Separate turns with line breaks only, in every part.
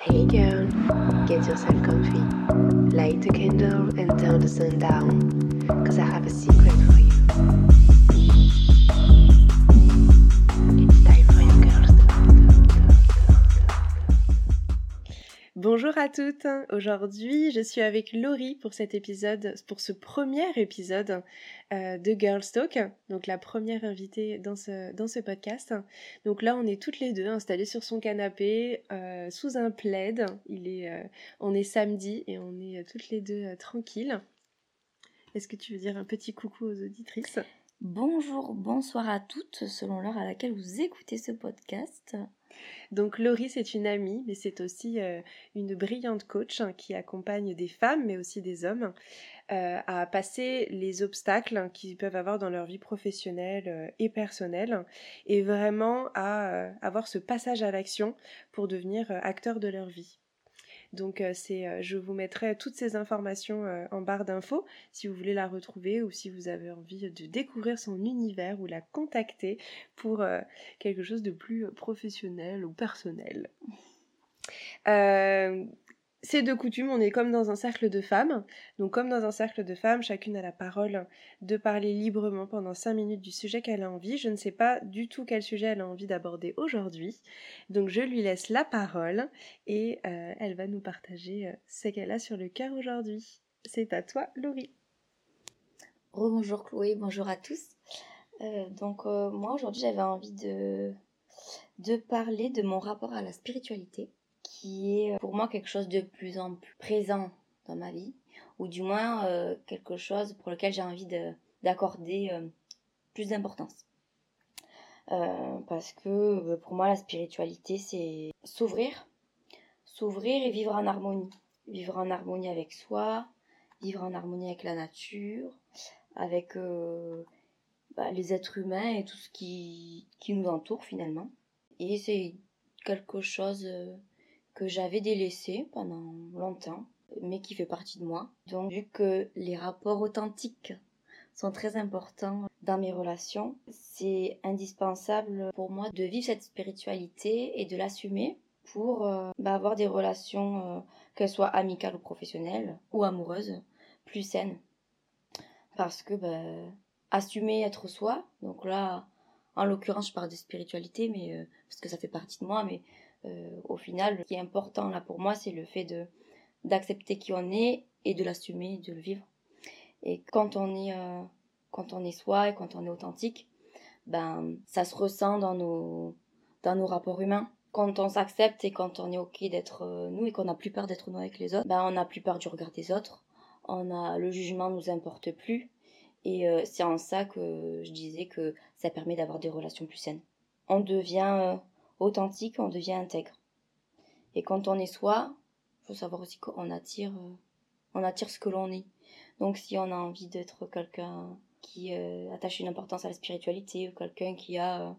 Hey girl, get yourself comfy, light a candle and turn the sun down, cause I have a secret for you. It's time for your girls. Bonjour à toutes, aujourd'hui je suis avec Laurie pour cet épisode, pour ce premier épisode de Girls Talk, donc la première invitée dans ce podcast. Donc là on est toutes les deux installées sur son canapé, sous un plaid, on est samedi et on est toutes les deux tranquilles. Est-ce que tu veux dire un petit coucou aux auditrices ?
Bonjour, bonsoir à toutes, selon l'heure à laquelle vous écoutez ce podcast.
Donc Laurie, c'est une amie, mais c'est aussi une brillante coach qui accompagne des femmes, mais aussi des hommes, à passer les obstacles qu'ils peuvent avoir dans leur vie professionnelle et personnelle, et vraiment à avoir ce passage à l'action pour devenir acteur de leur vie. Donc je vous mettrai toutes ces informations en barre d'infos si vous voulez la retrouver ou si vous avez envie de découvrir son univers ou la contacter pour quelque chose de plus professionnel ou personnel. C'est de coutume, on est comme dans un cercle de femmes. Donc comme dans un cercle de femmes, chacune a la parole de parler librement pendant 5 minutes du sujet qu'elle a envie. Je ne sais pas du tout quel sujet elle a envie d'aborder aujourd'hui. Donc je lui laisse la parole et elle va nous partager ce qu'elle a sur le cœur aujourd'hui. C'est à toi, Laurie.
Rebonjour Chloé, bonjour à tous. Moi aujourd'hui j'avais envie de parler de mon rapport à la spiritualité, qui est pour moi quelque chose de plus en plus présent dans ma vie, ou du moins quelque chose pour lequel j'ai envie d'accorder plus d'importance. Parce que pour moi la spiritualité c'est s'ouvrir et vivre en harmonie. Vivre en harmonie avec soi, vivre en harmonie avec la nature, avec les êtres humains et tout ce qui nous entoure finalement. Et c'est quelque chose que j'avais délaissé pendant longtemps, mais qui fait partie de moi. Donc vu que les rapports authentiques sont très importants dans mes relations, c'est indispensable pour moi de vivre cette spiritualité et de l'assumer pour avoir des relations, qu'elles soient amicales ou professionnelles ou amoureuses, plus saines. Parce que assumer être soi, donc là en l'occurrence je parle de spiritualité mais parce que ça fait partie de moi, mais au final ce qui est important là pour moi c'est le fait d'accepter qui on est et de l'assumer, de le vivre. Et quand on est soi et quand on est authentique, ça se ressent dans nos rapports humains. Quand on s'accepte et quand on est ok d'être nous et qu'on n'a plus peur d'être nous avec les autres, on n'a plus peur du regard des autres. Le jugement nous importe plus. Et c'est en ça que je disais que ça permet d'avoir des relations plus saines. On devient authentique, on devient intègre. Et quand on est soi, il faut savoir aussi qu'on attire ce que l'on est. Donc si on a envie d'être quelqu'un qui attache une importance à la spiritualité ou quelqu'un qui a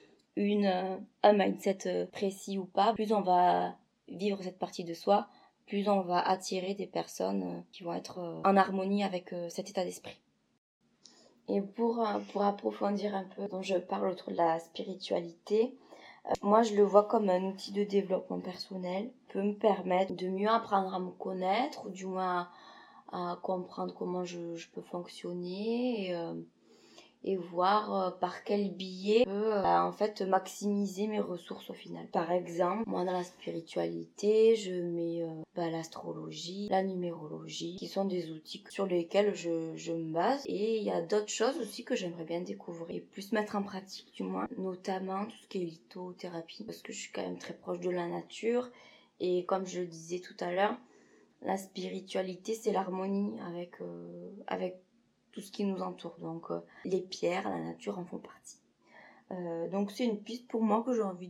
un mindset précis ou pas, plus on va vivre cette partie de soi, plus on va attirer des personnes qui vont être en harmonie avec cet état d'esprit. Et pour approfondir un peu dont je parle autour de la spiritualité, moi je le vois comme un outil de développement personnel, peut me permettre de mieux apprendre à me connaître, ou du moins à comprendre comment je peux fonctionner et voir par quel biais je peux en fait maximiser mes ressources au final. Par exemple, moi dans la spiritualité, je mets l'astrologie, la numérologie, qui sont des outils sur lesquels je me base. Et il y a d'autres choses aussi que j'aimerais bien découvrir et plus mettre en pratique du moins, notamment tout ce qui est lithothérapie, parce que je suis quand même très proche de la nature et comme je le disais tout à l'heure, la spiritualité c'est l'harmonie avec tout ce qui nous entoure, donc les pierres, la nature en font partie. Donc c'est une piste pour moi que j'ai envie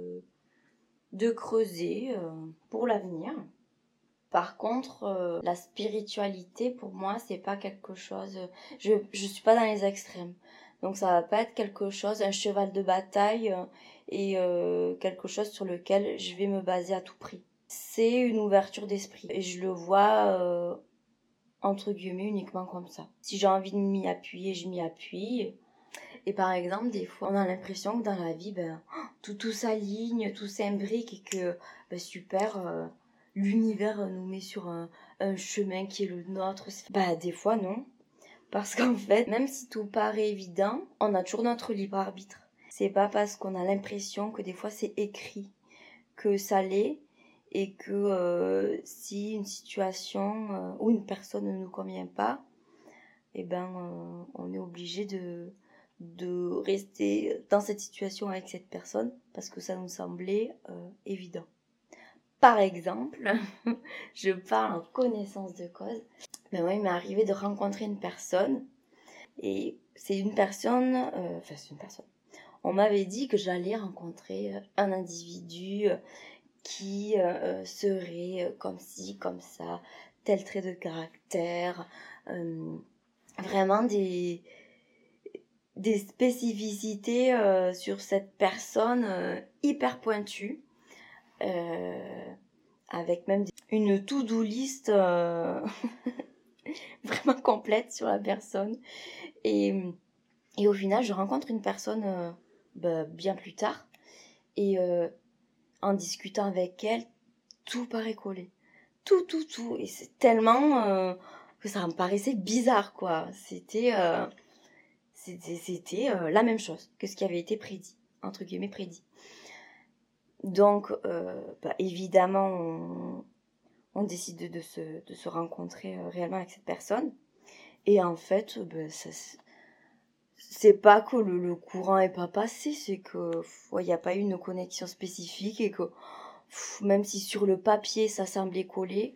de creuser pour l'avenir. Par contre, la spiritualité pour moi c'est pas quelque chose, je suis pas dans les extrêmes, donc ça va pas être quelque chose, un cheval de bataille et quelque chose sur lequel je vais me baser à tout prix. C'est une ouverture d'esprit et je le vois entre guillemets uniquement comme ça. Si j'ai envie de m'y appuyer, je m'y appuie. Et par exemple, des fois, on a l'impression que dans la vie, tout s'aligne, tout s'imbrique et que, super, l'univers nous met sur un chemin qui est le nôtre. Des fois, non. Parce qu'en fait, même si tout paraît évident, on a toujours notre libre arbitre. C'est pas parce qu'on a l'impression que des fois c'est écrit que ça l'est et que si une situation ou une personne ne nous convient pas, on est obligé de rester dans cette situation avec cette personne parce que ça nous semblait évident. Par exemple, je parle en connaissance de cause. Moi, il m'est arrivé de rencontrer une personne et c'est une personne. On m'avait dit que j'allais rencontrer un individu qui serait comme ci, comme ça, tel trait de caractère, vraiment des spécificités sur cette personne hyper pointue, avec même une to-do list vraiment complète sur la personne. Et au final, je rencontre une personne bien plus tard. Et en discutant avec elle, tout paraît collé. Tout. Et c'est tellement que ça me paraissait bizarre, quoi. C'était la même chose que ce qui avait été prédit, entre guillemets prédit. Donc, évidemment, on décide de se rencontrer réellement avec cette personne. Et en fait, c'est pas que le courant est pas passé, c'est que il n'y a pas eu une connexion spécifique et que même si sur le papier ça semblait collé,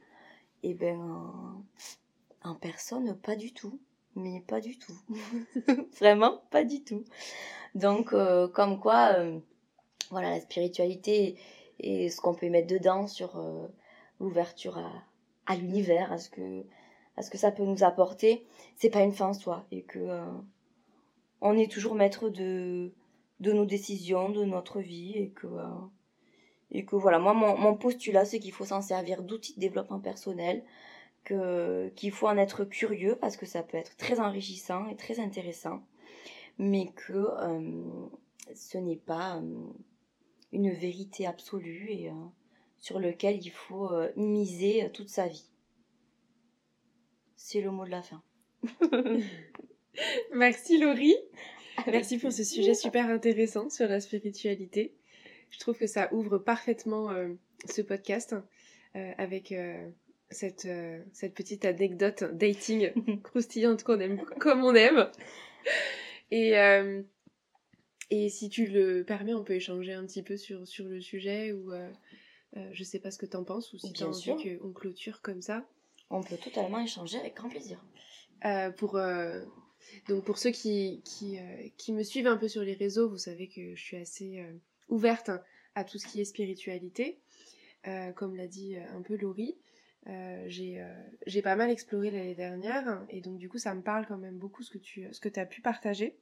en personne pas du tout, mais pas du tout. Vraiment pas du tout. Donc comme quoi la spiritualité et ce qu'on peut mettre dedans sur l'ouverture à l'univers, à ce que ça peut nous apporter, c'est pas une fin en soi et que on est toujours maître de nos décisions, de notre vie et que voilà, moi mon postulat c'est qu'il faut s'en servir d'outils de développement personnel, qu'il faut en être curieux parce que ça peut être très enrichissant et très intéressant, mais que ce n'est pas une vérité absolue et sur lequel il faut miser toute sa vie. C'est le mot de la fin.
Merci Laurie. Merci pour ce sujet super intéressant sur la spiritualité. Je trouve que ça ouvre parfaitement ce podcast avec cette petite anecdote dating croustillante qu'on aime comme on aime. Et si tu le permets, on peut échanger un petit peu sur le sujet ou je sais pas ce que t'en penses ou si t'as envie qu'on clôture comme ça.
On peut totalement échanger avec grand plaisir.
Donc pour ceux qui me suivent un peu sur les réseaux, vous savez que je suis assez ouverte à tout ce qui est spiritualité. Comme l'a dit un peu Laurie, j'ai pas mal exploré l'année dernière et donc du coup ça me parle quand même beaucoup ce que tu as pu partager.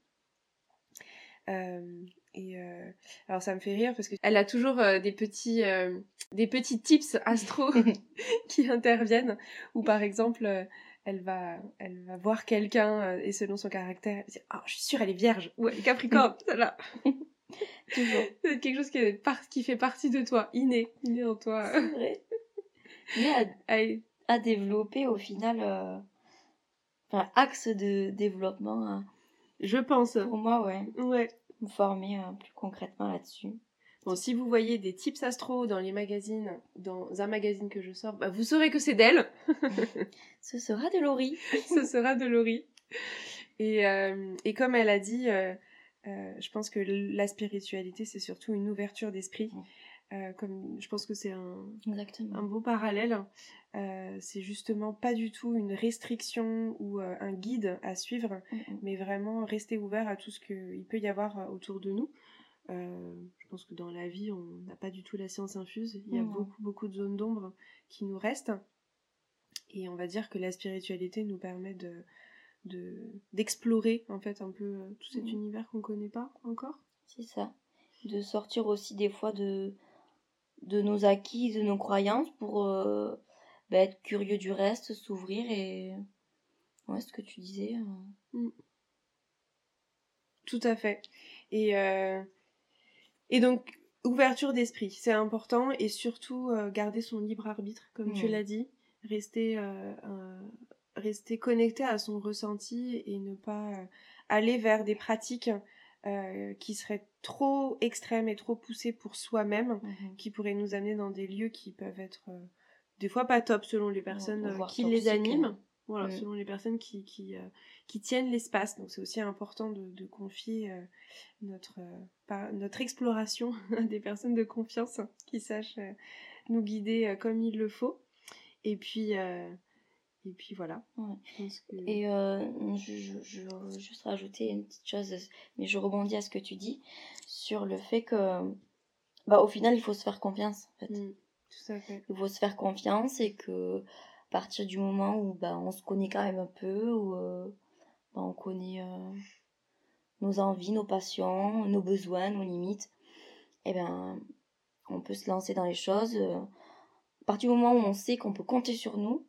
Alors ça me fait rire parce qu'elle a toujours des petits tips astro qui interviennent ou par exemple elle va voir quelqu'un et selon son caractère elle dit je suis sûre elle est vierge ou elle est capricorne celle-là.
Toujours.
C'est quelque chose qui fait partie de toi, inné en toi.
C'est vrai. Mais à développer au final axe de développement.
Je pense.
Pour moi,
ouais.
Me former plus concrètement là-dessus.
Bon, si vous voyez des tips astro dans les magazines, dans un magazine que je sors, vous saurez que c'est d'elle.
Ce sera de Laurie.
Ce sera de Laurie. Et comme elle a dit, je pense que la spiritualité, c'est surtout une ouverture d'esprit. Comme je pense que c'est un beau parallèle. C'est justement pas du tout une restriction ou un guide à suivre, mais vraiment rester ouvert à tout ce qu'il peut y avoir autour de nous. Je pense que dans la vie, on n'a pas du tout la science infuse. Il y a beaucoup de zones d'ombre qui nous restent. Et on va dire que la spiritualité nous permet d'explorer en fait un peu tout cet univers qu'on connaît pas encore.
C'est ça. De sortir aussi des fois de nos acquis, de nos croyances pour être curieux du reste, s'ouvrir et ce que tu disais.
Tout à fait. Et, et donc, ouverture d'esprit, c'est important. Et surtout, garder son libre arbitre, comme tu l'as dit. Rester connecté à son ressenti et ne pas aller vers des pratiques qui seraient trop extrêmes et trop poussées pour soi-même, qui pourraient nous amener dans des lieux qui peuvent être des fois pas top selon les personnes qui les animent. Voilà, selon les personnes qui tiennent l'espace. Donc c'est aussi important de confier notre exploration à des personnes de confiance qui sachent nous guider comme il le faut. Et puis voilà.
Ouais.
Je pense que...
Et je veux juste rajouter une petite chose, mais je rebondis à ce que tu dis, sur le fait que, au final, il faut se faire confiance, en fait.
Tout à fait.
Il faut se faire confiance et que, à partir du moment où on se connaît quand même un peu, où on connaît nos envies, nos passions, nos besoins, nos limites, on peut se lancer dans les choses. À partir du moment où on sait qu'on peut compter sur nous,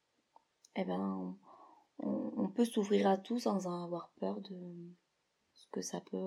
on peut s'ouvrir à tout sans en avoir peur de ce que ça peut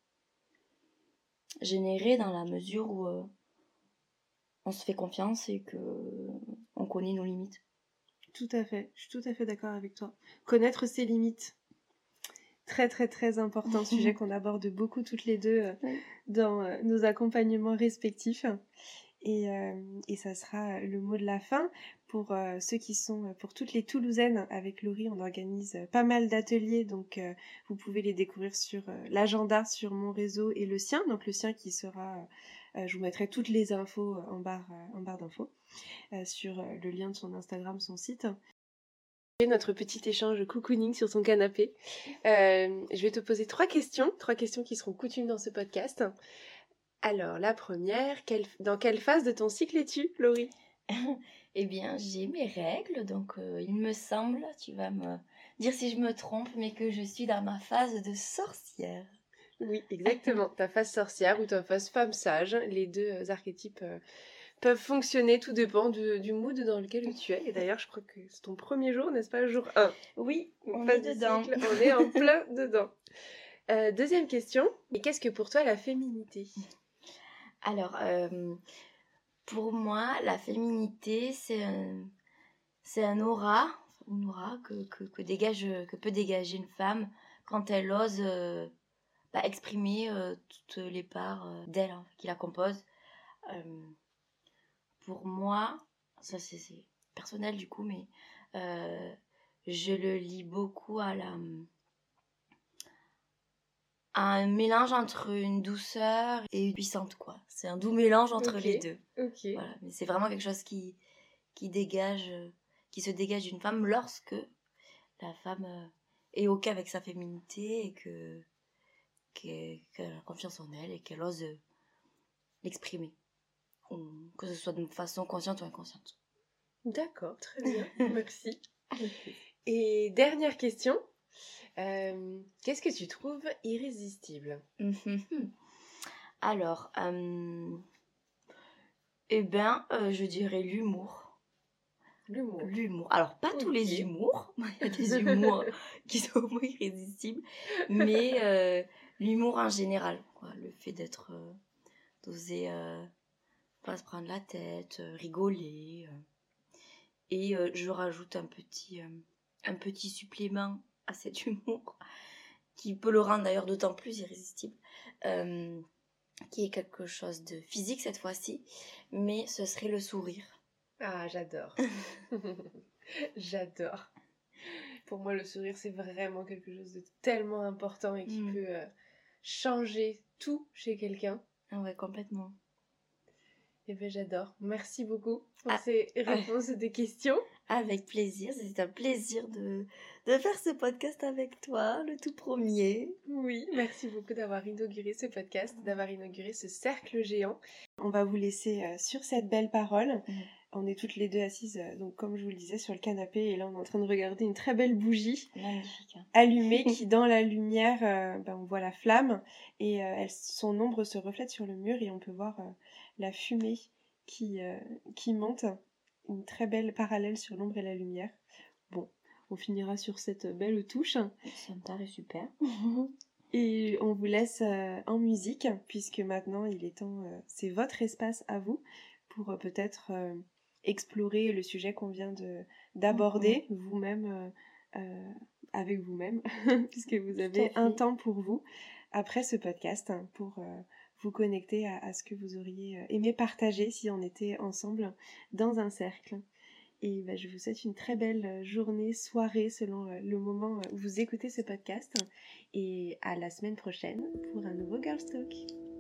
générer, dans la mesure où on se fait confiance et que on connaît nos limites.
Tout à fait, je suis tout à fait d'accord avec toi. Connaître ses limites, très très très important, sujet qu'on aborde beaucoup toutes les deux dans nos accompagnements respectifs. Et ça sera le mot de la fin. Pour ceux qui sont, pour toutes les Toulousaines, avec Laurie, on organise pas mal d'ateliers, donc vous pouvez les découvrir sur l'agenda, sur mon réseau et le sien. Donc le sien qui sera, je vous mettrai toutes les infos en barre d'infos, sur le lien de son Instagram, son site. Notre petit échange cocooning sur son canapé. Je vais te poser 3 questions qui seront coutumes dans ce podcast. Alors, la première, dans quelle phase de ton cycle es-tu, Laurie ?
Eh bien, j'ai mes règles, donc il me semble, tu vas me dire si je me trompe, mais que je suis dans ma phase de sorcière.
Oui, exactement. Ta phase sorcière ou ta phase femme sage, les deux archétypes peuvent fonctionner, tout dépend du mood dans lequel tu es. Et d'ailleurs, je crois que c'est ton premier jour, n'est-ce pas, jour 1 ?
Oui, on est dedans.
Cycle, on est en plein dedans. Deuxième question, et qu'est-ce que pour toi la féminité ?
Alors, pour moi, la féminité, c'est un aura, une aura que peut dégager une femme quand elle ose exprimer toutes les parts d'elle qui la composent. Pour moi, ça c'est personnel du coup, mais je le lis beaucoup à un mélange entre une douceur et une puissante, quoi. C'est un doux mélange entre les deux.
Ok.
Voilà, mais c'est vraiment quelque chose qui dégage, qui se dégage d'une femme lorsque la femme est ok avec sa féminité et qu'elle a confiance en elle et qu'elle ose l'exprimer, que ce soit de façon consciente ou inconsciente.
D'accord, très bien, merci. Et dernière question, qu'est-ce que tu trouves irrésistible ?
Alors, je dirais l'humour. L'humour. Alors, pas tous les humours. Il y a des humours qui sont au moins irrésistibles. Mais l'humour en général. Quoi. Le fait d'oser pas se prendre la tête, rigoler. Et je rajoute un petit supplément à cet humour, qui peut le rendre d'ailleurs d'autant plus irrésistible. Qui est quelque chose de physique cette fois-ci. Mais ce serait le sourire.
Ah, j'adore. J'adore. Pour moi, le sourire, c'est vraiment quelque chose de tellement important et qui peut changer tout chez quelqu'un.
Ah ouais, complètement.
Eh bien, j'adore. Merci beaucoup pour ces réponses et des questions.
Avec plaisir. C'est un plaisir de faire ce podcast avec toi, le tout premier.
Oui, merci beaucoup d'avoir inauguré ce podcast, d'avoir inauguré ce cercle géant. On va vous laisser sur cette belle parole. On est toutes les deux assises, donc comme je vous le disais, sur le canapé. Et là, on est en train de regarder une très belle bougie allumée qui, dans la lumière, on voit la flamme. Et son ombre se reflète sur le mur et on peut voir la fumée qui monte. Une très belle parallèle sur l'ombre et la lumière. Bon, on finira sur cette belle touche.
Ça me paraît super.
Et on vous laisse en musique, puisque maintenant il est temps, c'est votre espace à vous, pour peut-être explorer le sujet qu'on vient d'aborder vous-même, avec vous-même, puisque vous avez un temps pour vous, après ce podcast, pour vous connecter à ce que vous auriez aimé partager si on était ensemble dans un cercle. Et je vous souhaite une très belle journée, soirée, selon le moment où vous écoutez ce podcast. Et à la semaine prochaine pour un nouveau Girls Talk.